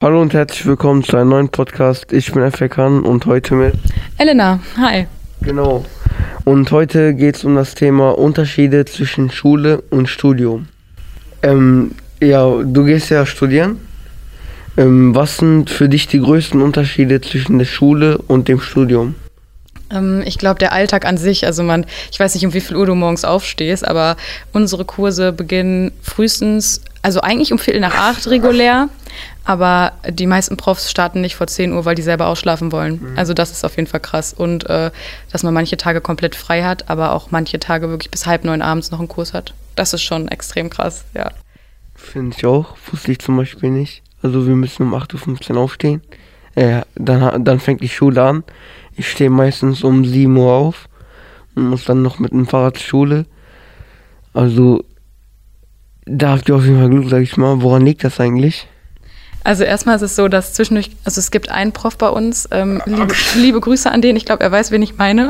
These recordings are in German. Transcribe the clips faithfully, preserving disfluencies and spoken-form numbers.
Hallo und herzlich willkommen zu einem neuen Podcast. Ich bin Efekan und heute mit Elena. Hi. Genau. Und heute geht es um das Thema Unterschiede zwischen Schule und Studium. Ähm, ja, du gehst ja studieren. Ähm, was sind für dich die größten Unterschiede zwischen der Schule und dem Studium? Ähm, ich glaube, der Alltag an sich, also man, ich weiß nicht, um wie viel Uhr du morgens aufstehst, aber unsere Kurse beginnen frühestens, also eigentlich um Viertel nach acht regulär, aber die meisten Profs starten nicht vor zehn Uhr, weil die selber ausschlafen wollen. Mhm. Also das ist auf jeden Fall krass. Und äh, dass man manche Tage komplett frei hat, aber auch manche Tage wirklich bis halb neun abends noch einen Kurs hat. Das ist schon extrem krass, ja. Finde ich auch, wusste ich zum Beispiel nicht. Also wir müssen um acht Uhr fünfzehn aufstehen. Äh, dann, dann fängt die Schule an. Ich stehe meistens um sieben Uhr auf und muss dann noch mit dem Fahrrad zur Schule. Also da habt ihr auf jeden Fall Glück, sag ich mal. Woran liegt das eigentlich? Also erstmal ist es so, dass zwischendurch, also es gibt einen Prof bei uns, ähm, liebe, liebe Grüße an den, ich glaube, er weiß, wen ich meine.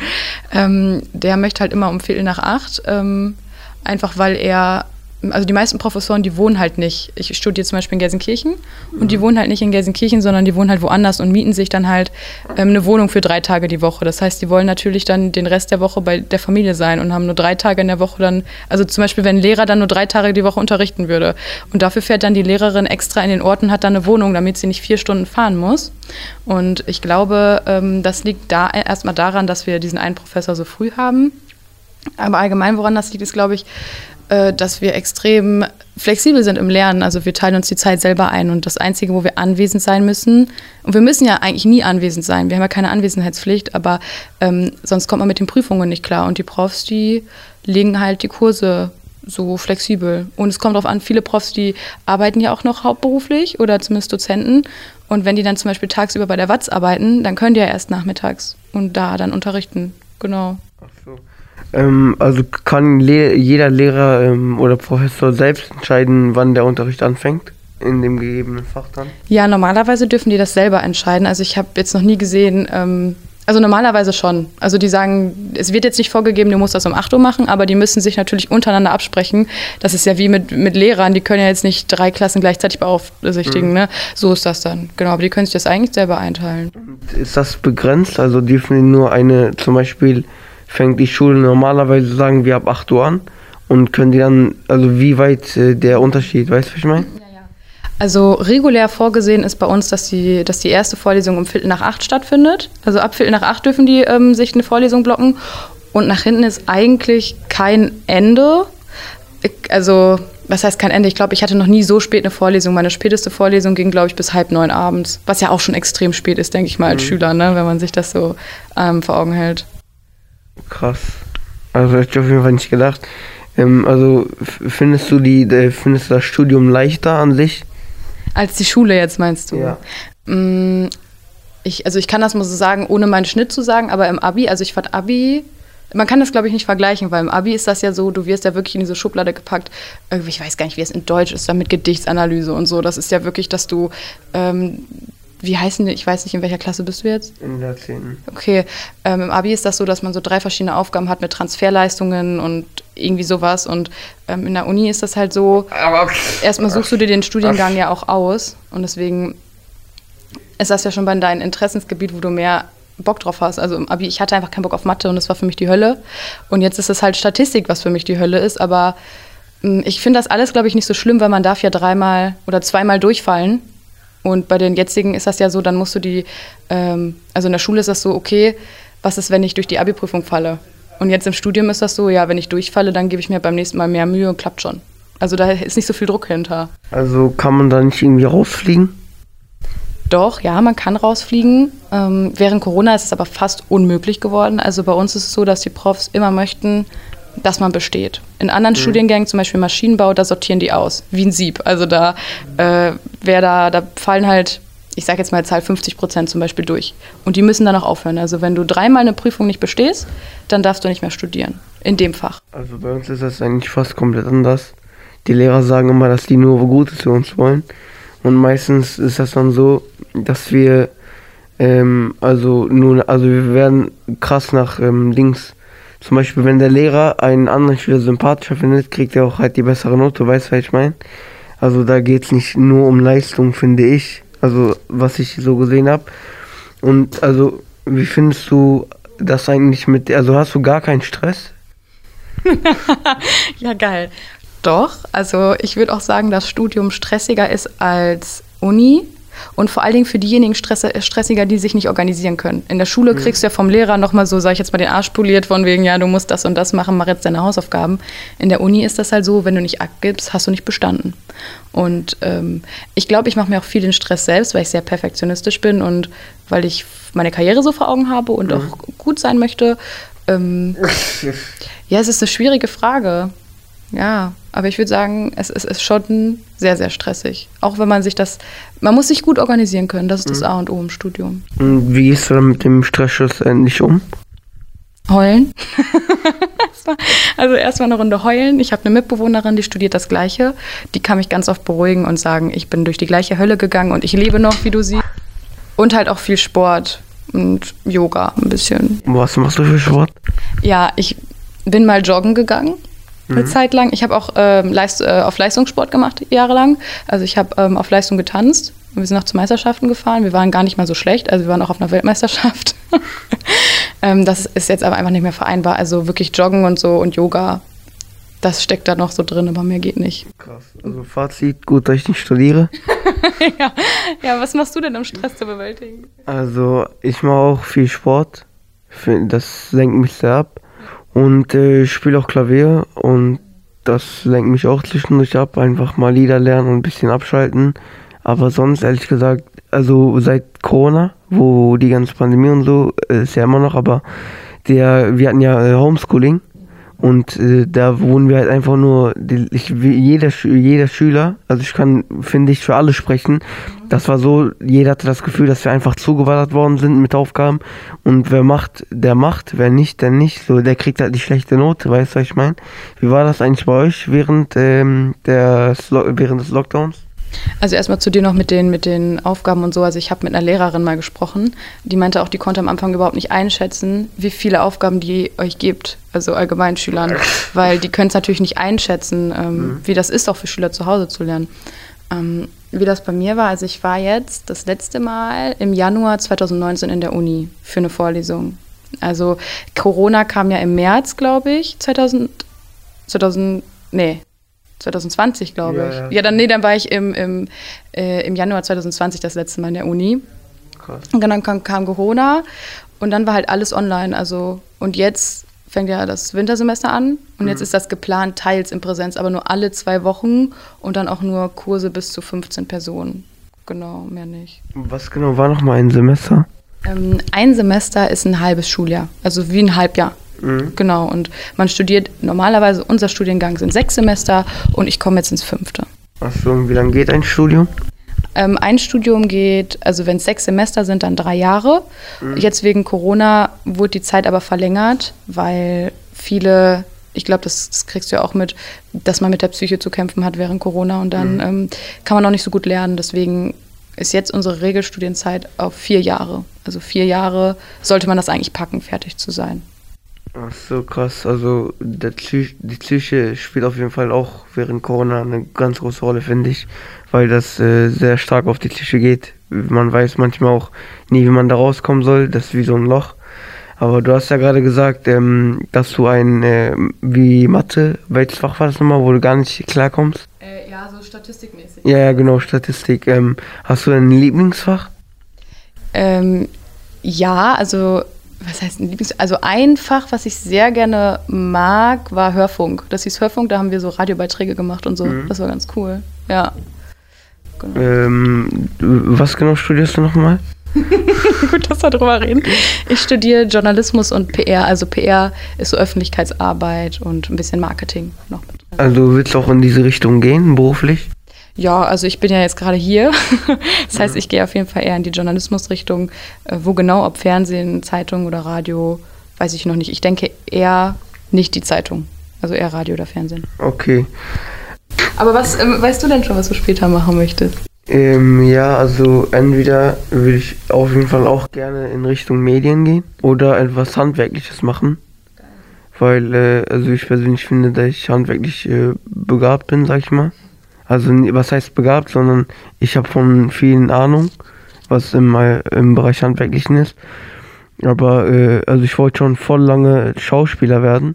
ähm, der möchte halt immer um Viertel nach acht, ähm, einfach weil er, also die meisten Professoren, die wohnen halt nicht. Ich studiere zum Beispiel in Gelsenkirchen und die wohnen halt nicht in Gelsenkirchen, sondern die wohnen halt woanders und mieten sich dann halt ähm, eine Wohnung für drei Tage die Woche. Das heißt, die wollen natürlich dann den Rest der Woche bei der Familie sein und haben nur drei Tage in der Woche dann, also zum Beispiel, wenn ein Lehrer dann nur drei Tage die Woche unterrichten würde. Und dafür fährt dann die Lehrerin extra in den Ort und hat dann eine Wohnung, damit sie nicht vier Stunden fahren muss. Und ich glaube, ähm, das liegt da erstmal daran, dass wir diesen einen Professor so früh haben. Aber allgemein, woran das liegt, ist, glaube ich, dass wir extrem flexibel sind im Lernen. Also wir teilen uns die Zeit selber ein und das Einzige, wo wir anwesend sein müssen, und wir müssen ja eigentlich nie anwesend sein, wir haben ja keine Anwesenheitspflicht, aber ähm, sonst kommt man mit den Prüfungen nicht klar und die Profs, die legen halt die Kurse so flexibel. Und es kommt darauf an, viele Profs, die arbeiten ja auch noch hauptberuflich oder zumindest Dozenten und wenn die dann zum Beispiel tagsüber bei der W A Z arbeiten, dann können die ja erst nachmittags und da dann unterrichten. Genau. Ach so. Ähm, also kann le- jeder Lehrer ähm, oder Professor selbst entscheiden, wann der Unterricht anfängt, in dem gegebenen Fach dann? Ja, normalerweise dürfen die das selber entscheiden. Also ich habe jetzt noch nie gesehen, ähm, also normalerweise schon. Also die sagen, es wird jetzt nicht vorgegeben, du musst das um acht Uhr machen, aber die müssen sich natürlich untereinander absprechen. Das ist ja wie mit, mit Lehrern, die können ja jetzt nicht drei Klassen gleichzeitig beaufsichtigen, mhm. ne? So ist das dann. Genau, aber die können sich das eigentlich selber einteilen. Und ist das begrenzt? Also dürfen die nur eine, zum Beispiel fängt die Schule normalerweise, sagen wir, ab acht Uhr an und können die dann, also wie weit äh, der Unterschied, weißt du, was ich meine? Ja, ja. Also regulär vorgesehen ist bei uns, dass die, dass die erste Vorlesung um Viertel nach acht stattfindet. Also ab Viertel nach acht dürfen die ähm, sich eine Vorlesung blocken und nach hinten ist eigentlich kein Ende. Ich, also was heißt kein Ende? Ich glaube, ich hatte noch nie so spät eine Vorlesung. Meine späteste Vorlesung ging, glaube ich, bis halb neun abends, was ja auch schon extrem spät ist, denke ich mal, als mhm. Schüler, ne? Wenn man sich das so ähm, vor Augen hält. Krass. Also hätte ich auf jeden Fall nicht gedacht. Ähm, also findest du die, äh, findest du das Studium leichter an sich? Als die Schule jetzt, meinst du? Ja. Mm, ich, also ich kann das mal so sagen, ohne meinen Schnitt zu sagen, aber im Abi, also ich fand Abi, man kann das, glaube ich, nicht vergleichen, weil im Abi ist das ja so, du wirst ja wirklich in diese Schublade gepackt, ich weiß gar nicht, wie es in Deutsch ist, dann mit Gedichtsanalyse und so. Das ist ja wirklich, dass du ähm, wie heißen die, ich weiß nicht, in welcher Klasse bist du jetzt? In der zehnten Okay, ähm, im Abi ist das so, dass man so drei verschiedene Aufgaben hat mit Transferleistungen und irgendwie sowas und ähm, in der Uni ist das halt so, erstmal suchst du dir den Studiengang ja auch aus und deswegen ist das ja schon bei deinem Interessensgebiet, wo du mehr Bock drauf hast. Also im Abi, ich hatte einfach keinen Bock auf Mathe und das war für mich die Hölle und jetzt ist es halt Statistik, was für mich die Hölle ist, aber ähm, ich finde das alles, glaube ich, nicht so schlimm, weil man darf ja dreimal oder zweimal durchfallen. Und bei den jetzigen ist das ja so, dann musst du die, ähm, also in der Schule ist das so, okay, was ist, wenn ich durch die Abi-Prüfung falle? Und jetzt im Studium ist das so, ja, wenn ich durchfalle, dann gebe ich mir beim nächsten Mal mehr Mühe und klappt schon. Also da ist nicht so viel Druck hinter. Also kann man da nicht irgendwie rausfliegen? Doch, ja, man kann rausfliegen. Ähm, während Corona ist es aber fast unmöglich geworden. Also bei uns ist es so, dass die Profs immer möchten, dass man besteht. In anderen mhm. Studiengängen, zum Beispiel Maschinenbau, da sortieren die aus, wie ein Sieb. Also da, äh, wer da, da fallen halt, ich sage jetzt mal Zahl fünfzig Prozent zum Beispiel durch. Und die müssen dann auch aufhören. Also wenn du dreimal eine Prüfung nicht bestehst, dann darfst du nicht mehr studieren, in dem Fach. Also bei uns ist das eigentlich fast komplett anders. Die Lehrer sagen immer, dass die nur Gutes für uns wollen. Und meistens ist das dann so, dass wir, ähm, also nur, also wir werden krass nach ähm, links. Zum Beispiel, wenn der Lehrer einen anderen Schüler sympathischer findet, kriegt er auch halt die bessere Note, weißt du, was ich meine? Also da geht es nicht nur um Leistung, finde ich. Also was ich so gesehen habe. Und also, wie findest du das eigentlich mit, also hast du gar keinen Stress? Ja, geil. Doch, also ich würde auch sagen, dass Studium stressiger ist als Uni. Und vor allen Dingen für diejenigen Stress, stressiger, die sich nicht organisieren können. In der Schule kriegst du ja vom Lehrer nochmal so, sag ich jetzt mal, den Arsch poliert, von wegen, ja, du musst das und das machen, mach jetzt deine Hausaufgaben. In der Uni ist das halt so, wenn du nicht Akt gibst, hast du nicht bestanden. Und ähm, ich glaube, ich mache mir auch viel den Stress selbst, weil ich sehr perfektionistisch bin und weil ich meine Karriere so vor Augen habe und mhm. auch gut sein möchte. Ähm, ja, es ist eine schwierige Frage. Ja, aber ich würde sagen, es, es ist schon sehr, sehr stressig. Auch wenn man sich das, man muss sich gut organisieren können, das ist das A und O im Studium. Und wie gehst du dann mit dem Stress schlussendlich um? Heulen. Also erstmal eine Runde heulen. Ich habe eine Mitbewohnerin, die studiert das Gleiche. Die kann mich ganz oft beruhigen und sagen, ich bin durch die gleiche Hölle gegangen und ich lebe noch, wie du siehst. Und halt auch viel Sport und Yoga ein bisschen. Was machst du für Sport? Ja, ich bin mal joggen gegangen. Eine mhm. Zeit lang. Ich habe auch ähm, Leist- äh, auf Leistungssport gemacht, jahrelang. Also ich habe ähm, auf Leistung getanzt. Wir sind noch zu Meisterschaften gefahren. Wir waren gar nicht mal so schlecht. Also wir waren auch auf einer Weltmeisterschaft. ähm, das ist jetzt aber einfach nicht mehr vereinbar. Also wirklich Joggen und so und Yoga, das steckt da noch so drin, aber mehr geht nicht. Krass. Also Fazit, gut, dass ich nicht studiere. ja. ja, was machst du denn, um Stress zu bewältigen? Also ich mache auch viel Sport. Das lenkt mich sehr ab. Und äh, ich spiele auch Klavier und das lenkt mich auch zwischendurch ab. Einfach mal Lieder lernen und ein bisschen abschalten. Aber sonst, ehrlich gesagt, also seit Corona, wo die ganze Pandemie und so, äh, ist ja immer noch, aber der, wir hatten ja äh, Homeschooling und äh, da wohnen wir halt einfach nur, die, ich, jeder, jeder Schüler, also ich kann, finde ich, für alle sprechen, das war so, jeder hatte das Gefühl, dass wir einfach zugewandert worden sind mit Aufgaben und wer macht, der macht, wer nicht, der nicht, so, der kriegt halt die schlechte Note, weißt du, was ich meine? Wie war das eigentlich bei euch während, ähm, der, während des Lockdowns? Also erstmal zu dir noch mit den, mit den Aufgaben und so. Also ich habe mit einer Lehrerin mal gesprochen, die meinte auch, die konnte am Anfang überhaupt nicht einschätzen, wie viele Aufgaben die euch gibt, also Allgemeinschülern, weil die können es natürlich nicht einschätzen, ähm, mhm. wie das ist, auch für Schüler zu Hause zu lernen. Ähm, wie das bei mir war, also ich war jetzt das letzte Mal im Januar zwanzig neunzehn in der Uni für eine Vorlesung. Also Corona kam ja im März, glaube ich, zweitausend, zweitausend, nee, zwanzig zwanzig, glaube ja, ich. Ja. ja, dann, nee, dann war ich im, im, äh, im Januar zwanzig zwanzig das letzte Mal in der Uni. Krass. Und dann kam, kam Corona und dann war halt alles online. Also, und jetzt fängt ja das Wintersemester an und mhm. jetzt ist das geplant, teils in Präsenz, aber nur alle zwei Wochen und dann auch nur Kurse bis zu fünfzehn Personen. Genau, mehr nicht. Was genau war nochmal ein Semester? Ähm, ein Semester ist ein halbes Schuljahr, also wie ein Halbjahr. Mhm. Genau, und man studiert normalerweise, unser Studiengang sind sechs Semester und ich komme jetzt ins fünfte. Achso, und wie lange geht ein Studium? Ähm, ein Studium geht, also wenn es sechs Semester sind, dann drei Jahre. Mhm. Jetzt wegen Corona wurde die Zeit aber verlängert, weil viele, ich glaube, das, das kriegst du ja auch mit, dass man mit der Psyche zu kämpfen hat während Corona und dann mhm. ähm, kann man auch nicht so gut lernen. Deswegen ist jetzt unsere Regelstudienzeit auf vier Jahre. Also vier Jahre sollte man das eigentlich packen, fertig zu sein. Ach so, krass. Also der Psych- die Psyche spielt auf jeden Fall auch während Corona eine ganz große Rolle, finde ich, weil das äh, sehr stark auf die Psyche geht. Man weiß manchmal auch nie, wie man da rauskommen soll. Das ist wie so ein Loch. Aber du hast ja gerade gesagt, ähm, dass du ein, äh, wie Mathe, welches Fach war das nochmal, wo du gar nicht klarkommst? Äh, ja, so statistikmäßig. Ja, ja, genau, Statistik. Ähm, hast du ein Lieblingsfach? Ähm, ja, also... Was heißt ein Lieblings... Also ein Fach, was ich sehr gerne mag, war Hörfunk. Das hieß Hörfunk, da haben wir so Radiobeiträge gemacht und so. Mhm. Das war ganz cool, ja. Genau. Ähm, was genau studierst du nochmal? Gut, dass wir drüber reden. Ich studiere Journalismus und P R. Also P R ist so Öffentlichkeitsarbeit und ein bisschen Marketing noch mit drin. Also willst du auch in diese Richtung gehen, beruflich? Ja, also ich bin ja jetzt gerade hier. Das heißt, ich gehe auf jeden Fall eher in die Journalismusrichtung. Wo genau, ob Fernsehen, Zeitung oder Radio, weiß ich noch nicht. Ich denke eher nicht die Zeitung, also eher Radio oder Fernsehen. Okay. Aber was, ähm, weißt du denn schon, was du später machen möchtest? Ähm, ja, also entweder würde ich auf jeden Fall auch gerne in Richtung Medien gehen oder etwas Handwerkliches machen. Geil. Weil, äh, also ich persönlich finde, dass ich handwerklich äh, begabt bin, sag ich mal. Also was heißt begabt, sondern ich habe von vielen Ahnung, was im, im Bereich Handwerklichen ist. Aber äh, also ich wollte schon voll lange Schauspieler werden,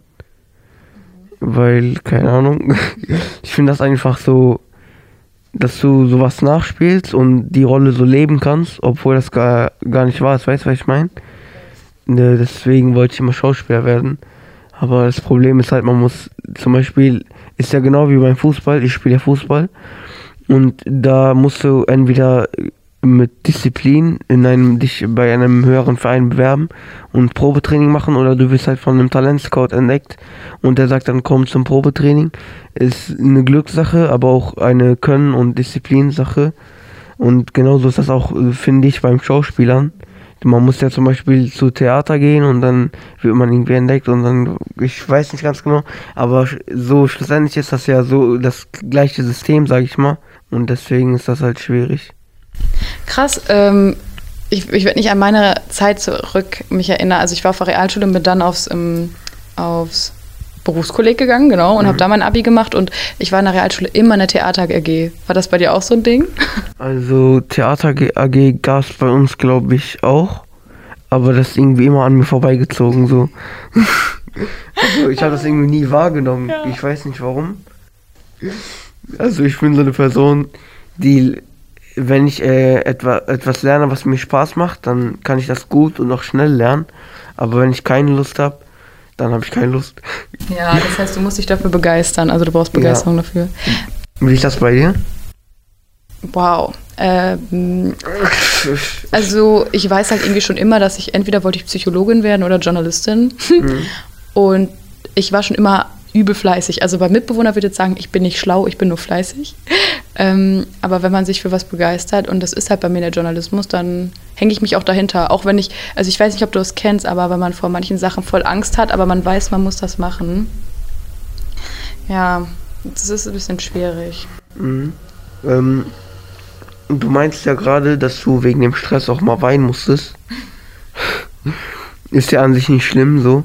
weil, keine Ahnung, ich finde das einfach so, dass du sowas nachspielst und die Rolle so leben kannst, obwohl das gar, gar nicht wahr ist, weißt du, was ich meine? Ne, deswegen wollte ich immer Schauspieler werden. Aber das Problem ist halt, man muss zum Beispiel, ist ja genau wie beim Fußball, ich spiele ja Fußball und da musst du entweder mit Disziplin in einem, dich bei einem höheren Verein bewerben und Probetraining machen oder du wirst halt von einem Talentscout entdeckt und der sagt dann, komm zum Probetraining. Ist eine Glückssache, aber auch eine Können- und Disziplinsache und genauso ist das auch, finde ich, beim Schauspielern. Man muss ja zum Beispiel zu Theater gehen und dann wird man irgendwie entdeckt und dann, ich weiß nicht ganz genau, aber so schlussendlich ist das ja so das gleiche System, sag ich mal, und deswegen ist das halt schwierig. Krass, ähm, ich, ich werde nicht an meine Zeit zurück mich erinnern, also ich war auf der Realschule und bin dann aufs, ähm, aufs Berufskolleg gegangen, genau, und mhm. habe da mein Abi gemacht und ich war in der Realschule immer in der Theater-A G. War das bei dir auch so ein Ding? Also Theater-A G gab es bei uns, glaube ich, auch, aber das ist irgendwie immer an mir vorbeigezogen, so. Also ich habe das irgendwie nie wahrgenommen, ja. Ich weiß nicht warum. Also ich bin so eine Person, die, wenn ich äh, etwa, etwas lerne, was mir Spaß macht, dann kann ich das gut und auch schnell lernen, aber wenn ich keine Lust habe, dann habe ich keine Lust. Ja, das heißt, du musst dich dafür begeistern, also du brauchst Begeisterung ja. dafür. Wie ist das bei dir? Wow. Ähm, also ich weiß halt irgendwie schon immer, dass ich, entweder wollte ich Psychologin werden oder Journalistin. Mhm. Und ich war schon immer übel fleißig. Also mein Mitbewohner würde jetzt sagen, ich bin nicht schlau, ich bin nur fleißig. Ähm, aber wenn man sich für was begeistert, und das ist halt bei mir der Journalismus, dann hänge ich mich auch dahinter. Auch wenn ich, also ich weiß nicht, ob du das kennst, aber wenn man vor manchen Sachen voll Angst hat, aber man weiß, man muss das machen. Ja, das ist ein bisschen schwierig. Mhm. Ähm, du meinst ja gerade, dass du wegen dem Stress auch mal weinen musstest. Ist ja an sich nicht schlimm, so.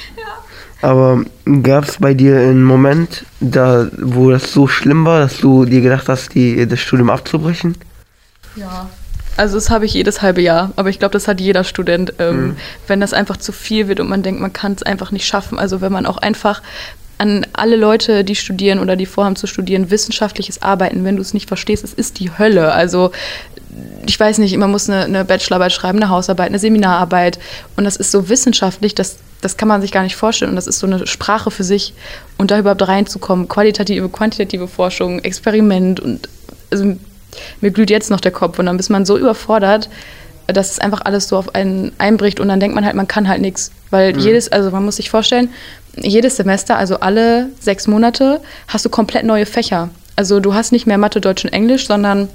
Aber gab es bei dir einen Moment, da, wo das so schlimm war, dass du dir gedacht hast, die, das Studium abzubrechen? Ja, also das habe ich jedes halbe Jahr, aber ich glaube, das hat jeder Student, ähm, mhm. wenn das einfach zu viel wird und man denkt, man kann es einfach nicht schaffen. Also wenn man auch einfach an alle Leute, die studieren oder die vorhaben zu studieren, wissenschaftliches Arbeiten, wenn du es nicht verstehst, es ist die Hölle. Also ich weiß nicht, man muss eine, eine Bachelorarbeit schreiben, eine Hausarbeit, eine Seminararbeit und das ist so wissenschaftlich, dass das kann man sich gar nicht vorstellen und das ist so eine Sprache für sich und da überhaupt reinzukommen, qualitative, quantitative Forschung, Experiment und also mir glüht jetzt noch der Kopf und dann ist man so überfordert, dass es einfach alles so auf einen einbricht und dann denkt man halt, man kann halt nichts, weil mhm. jedes, also man muss sich vorstellen, jedes Semester, also alle sechs Monate, hast du komplett neue Fächer. Also du hast nicht mehr Mathe, Deutsch und Englisch, sondern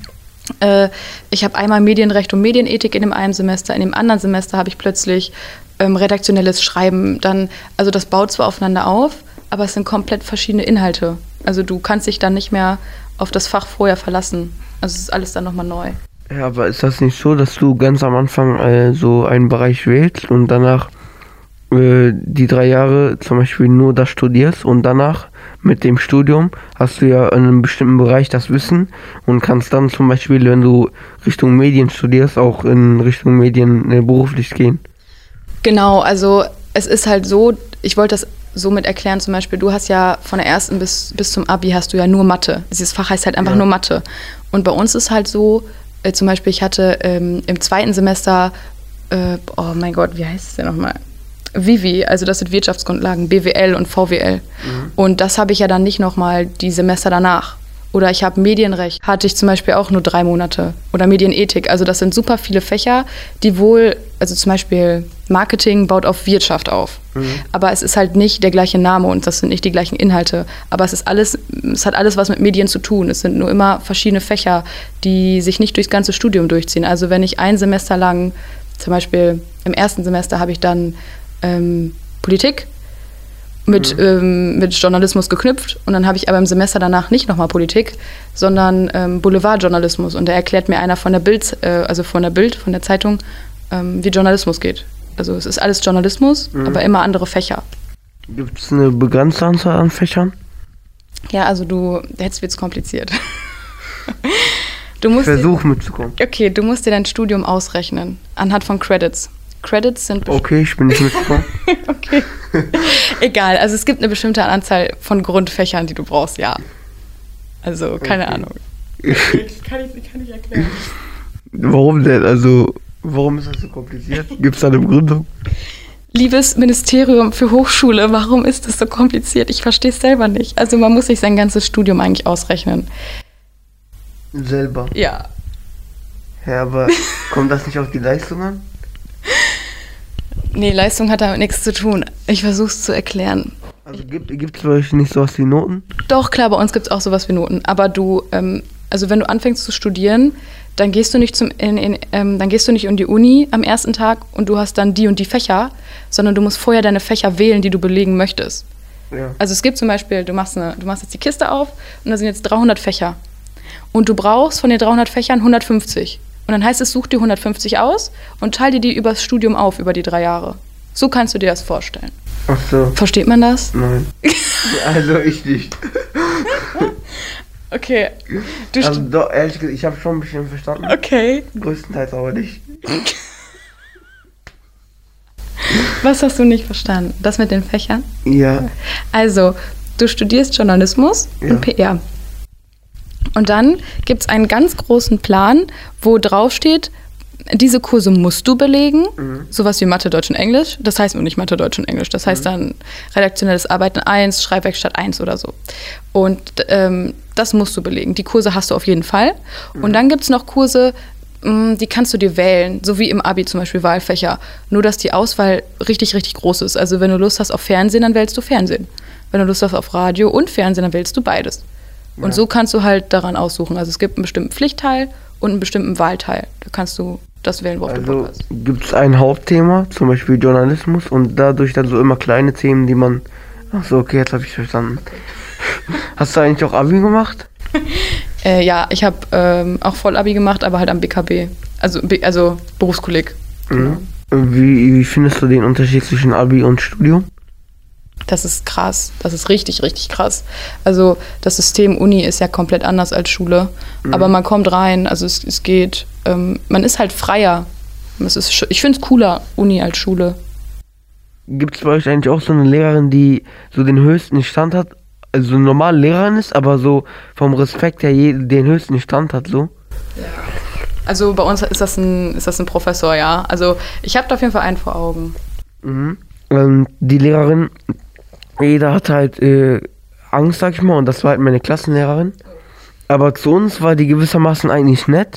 äh, ich habe einmal Medienrecht und Medienethik in dem einen Semester, in dem anderen Semester habe ich plötzlich ähm, redaktionelles Schreiben. Dann, also das baut zwar aufeinander auf, aber es sind komplett verschiedene Inhalte. Also du kannst dich dann nicht mehr auf das Fach vorher verlassen. Also es ist alles dann nochmal neu. Ja, aber ist das nicht so, dass du ganz am Anfang äh, so einen Bereich wählst und danach äh, die drei Jahre zum Beispiel nur das studierst und danach mit dem Studium hast du ja in einem bestimmten Bereich das Wissen und kannst dann zum Beispiel, wenn du Richtung Medien studierst, auch in Richtung Medien äh, beruflich gehen? Genau, also es ist halt so, ich wollte das so mit erklären, zum Beispiel, du hast ja von der ersten bis, bis zum Abi hast du ja nur Mathe. Dieses Fach heißt halt einfach ja. nur Mathe. Und bei uns ist halt so, äh, zum Beispiel, ich hatte ähm, im zweiten Semester, äh, oh mein Gott, wie heißt es denn nochmal? Vivi, also das sind Wirtschaftsgrundlagen, B W L und V W L. Mhm. Und das habe ich ja dann nicht nochmal die Semester danach. Oder ich habe Medienrecht, hatte ich zum Beispiel auch nur drei Monate. Oder Medienethik, also das sind super viele Fächer, die wohl, also zum Beispiel Marketing baut auf Wirtschaft auf. Mhm. Aber es ist halt nicht der gleiche Name und das sind nicht die gleichen Inhalte. Aber es ist alles, es hat alles was mit Medien zu tun. Es sind nur immer verschiedene Fächer, die sich nicht durchs ganze Studium durchziehen. Also wenn ich ein Semester lang, zum Beispiel im ersten Semester habe ich dann ähm, Politik, Mit, mhm. ähm, mit Journalismus geknüpft und dann habe ich aber im Semester danach nicht nochmal Politik, sondern ähm, Boulevardjournalismus und da erklärt mir einer von der Bild, äh, also von der Bild, von der Zeitung, ähm, wie Journalismus geht. Also es ist alles Journalismus, mhm. aber immer andere Fächer. Gibt es eine begrenzte Anzahl an Fächern? Ja, also du, jetzt wird's kompliziert. Du musst Versuch dir, mitzukommen. Okay, du musst dir dein Studium ausrechnen, anhand von Credits. Credits sind... Okay, ich bin nicht mitgekommen. Okay. Egal, also es gibt eine bestimmte Anzahl von Grundfächern, die du brauchst, ja. Also, keine Okay. Ahnung. Kann ich, kann ich erklären. Warum denn? Also, warum ist das so kompliziert? Gibt es da eine Begründung? Liebes Ministerium für Hochschule, warum ist das so kompliziert? Ich verstehe es selber nicht. Also man muss sich sein ganzes Studium eigentlich ausrechnen. Selber? Ja. Ja, aber kommt das nicht auf die Leistung an? Nee, Leistung hat damit nichts zu tun. Ich versuche es zu erklären. Also gibt es bei euch nicht sowas wie Noten? Doch, klar, bei uns gibt es auch sowas wie Noten. Aber du, ähm, also wenn du anfängst zu studieren, dann gehst du nicht zum, in, in, ähm, dann gehst du nicht in die Uni am ersten Tag und du hast dann die und die Fächer, sondern du musst vorher deine Fächer wählen, die du belegen möchtest. Ja. Also es gibt zum Beispiel, du machst, eine, du machst jetzt die Kiste auf und da sind jetzt dreihundert Fächer. Und du brauchst von den dreihundert Fächern hundertfünfzig. Und dann heißt es, such dir hundertfünfzig aus und teile dir die übers Studium auf, über die drei Jahre. So kannst du dir das vorstellen. Ach so. Versteht man das? Nein. Also ich nicht. Okay. Du Also doch, ehrlich gesagt, ich habe schon ein bisschen verstanden. okay. Größtenteils aber nicht. Was hast du nicht verstanden? Das mit den Fächern? Ja. Also, du studierst Journalismus Ja. und P R. Und dann gibt es einen ganz großen Plan, wo drauf steht, diese Kurse musst du belegen, Mhm. sowas wie Mathe, Deutsch und Englisch. Das heißt nur nicht Mathe, Deutsch und Englisch. Das heißt dann redaktionelles Arbeiten eins, Schreibwerkstatt eins oder so. Und ähm, das musst du belegen. Die Kurse hast du auf jeden Fall. Und dann gibt es noch Kurse, mh, die kannst du dir wählen, so wie im Abi zum Beispiel Wahlfächer. Nur, dass die Auswahl richtig, richtig groß ist. Also wenn du Lust hast auf Fernsehen, dann wählst du Fernsehen. Wenn du Lust hast auf Radio und Fernsehen, dann wählst du beides. Und Ja. so kannst du halt daran aussuchen. Also es gibt einen bestimmten Pflichtteil und einen bestimmten Wahlteil. Da kannst du das wählen, worauf du Also Bock hast. gibt es ein Hauptthema, zum Beispiel Journalismus, und dadurch dann so immer kleine Themen, die man... Ach so, okay, jetzt habe ich verstanden. Hast du eigentlich auch Abi gemacht? Äh, ja, ich habe ähm, auch Vollabi gemacht, aber halt am B K B. Also, B- also Berufskolleg. Mhm. Wie, wie findest du den Unterschied zwischen Abi und Studium? Das ist krass. Das ist richtig, richtig krass. Also das System Uni ist ja komplett anders als Schule. Mhm. Aber man kommt rein, also es, es geht. Ähm, man ist halt freier. Es ist, sch- ich finde es cooler, Uni als Schule. Gibt es bei euch eigentlich auch so eine Lehrerin, die so den höchsten Stand hat? Also so eine normale Lehrerin ist, aber so vom Respekt her je, den höchsten Stand hat, so? Also bei uns ist das ein, ist das ein Professor, ja. Also ich habe da auf jeden Fall einen vor Augen. Mhm. Ähm, die Lehrerin, jeder hat halt äh, Angst, sag ich mal, und das war halt meine Klassenlehrerin. Aber zu uns war die gewissermaßen eigentlich nett.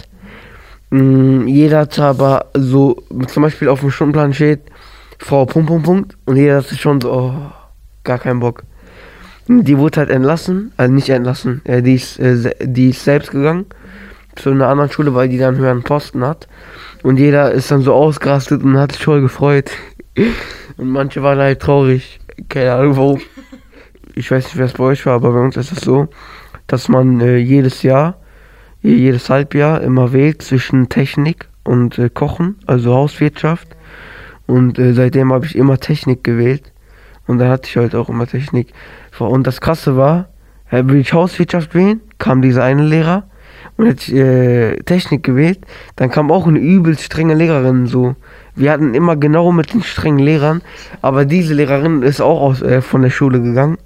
Mm, jeder hat aber so, zum Beispiel auf dem Stundenplan steht, Frau Punkt, Punkt, Punkt, und jeder hat sich schon so, oh, gar keinen Bock. Die wurde halt entlassen, also nicht entlassen, äh, die, ist, äh, se- die ist selbst gegangen zu einer anderen Schule, weil die dann einen höheren Posten hat. Und jeder ist dann so ausgerastet und hat sich voll gefreut. Und manche waren halt traurig. Keine Ahnung warum. Ich weiß nicht, wer es bei euch war, aber bei uns ist es so, dass man äh, jedes Jahr, je- jedes Halbjahr immer wählt zwischen Technik und äh, Kochen, also Hauswirtschaft. Und äh, seitdem habe ich immer Technik gewählt. Und dann hatte ich halt auch immer Technik. Und das Krasse war, äh, will ich Hauswirtschaft wählen, kam dieser eine Lehrer. Und hätte ich äh, Technik gewählt, dann kam auch eine übelst strenge Lehrerin so. Wir hatten immer genau mit den strengen Lehrern, aber diese Lehrerin ist auch aus, äh, von der Schule gegangen.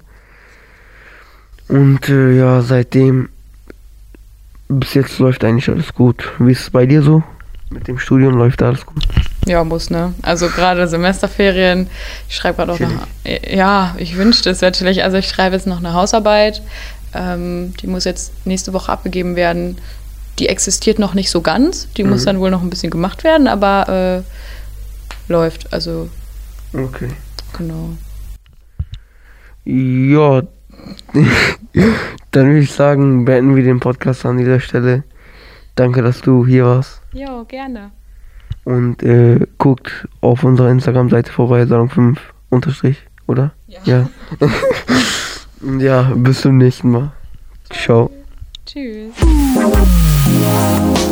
Und äh, ja, seitdem bis jetzt läuft eigentlich alles gut. Wie ist es bei dir so? Mit dem Studium läuft alles gut? Ja, muss, ne? Also gerade Semesterferien. Ich schreibe gerade auch noch. Ja, ich wünschte, es wäre chillig. Also ich schreibe jetzt noch eine Hausarbeit. Ähm, die muss jetzt nächste Woche abgegeben werden. Die existiert noch nicht so ganz. Die mhm. muss dann wohl noch ein bisschen gemacht werden, aber äh, läuft. Also okay. Genau. Ja, dann würde ich sagen, beenden wir den Podcast an dieser Stelle. Danke, dass du hier warst. Jo, gerne. Und äh, guckt auf unserer Instagram-Seite vorbei, Salon fünf Unterstrich, oder? Ja. Ja. Ja, bis zum nächsten Mal. Ciao. Tschüss.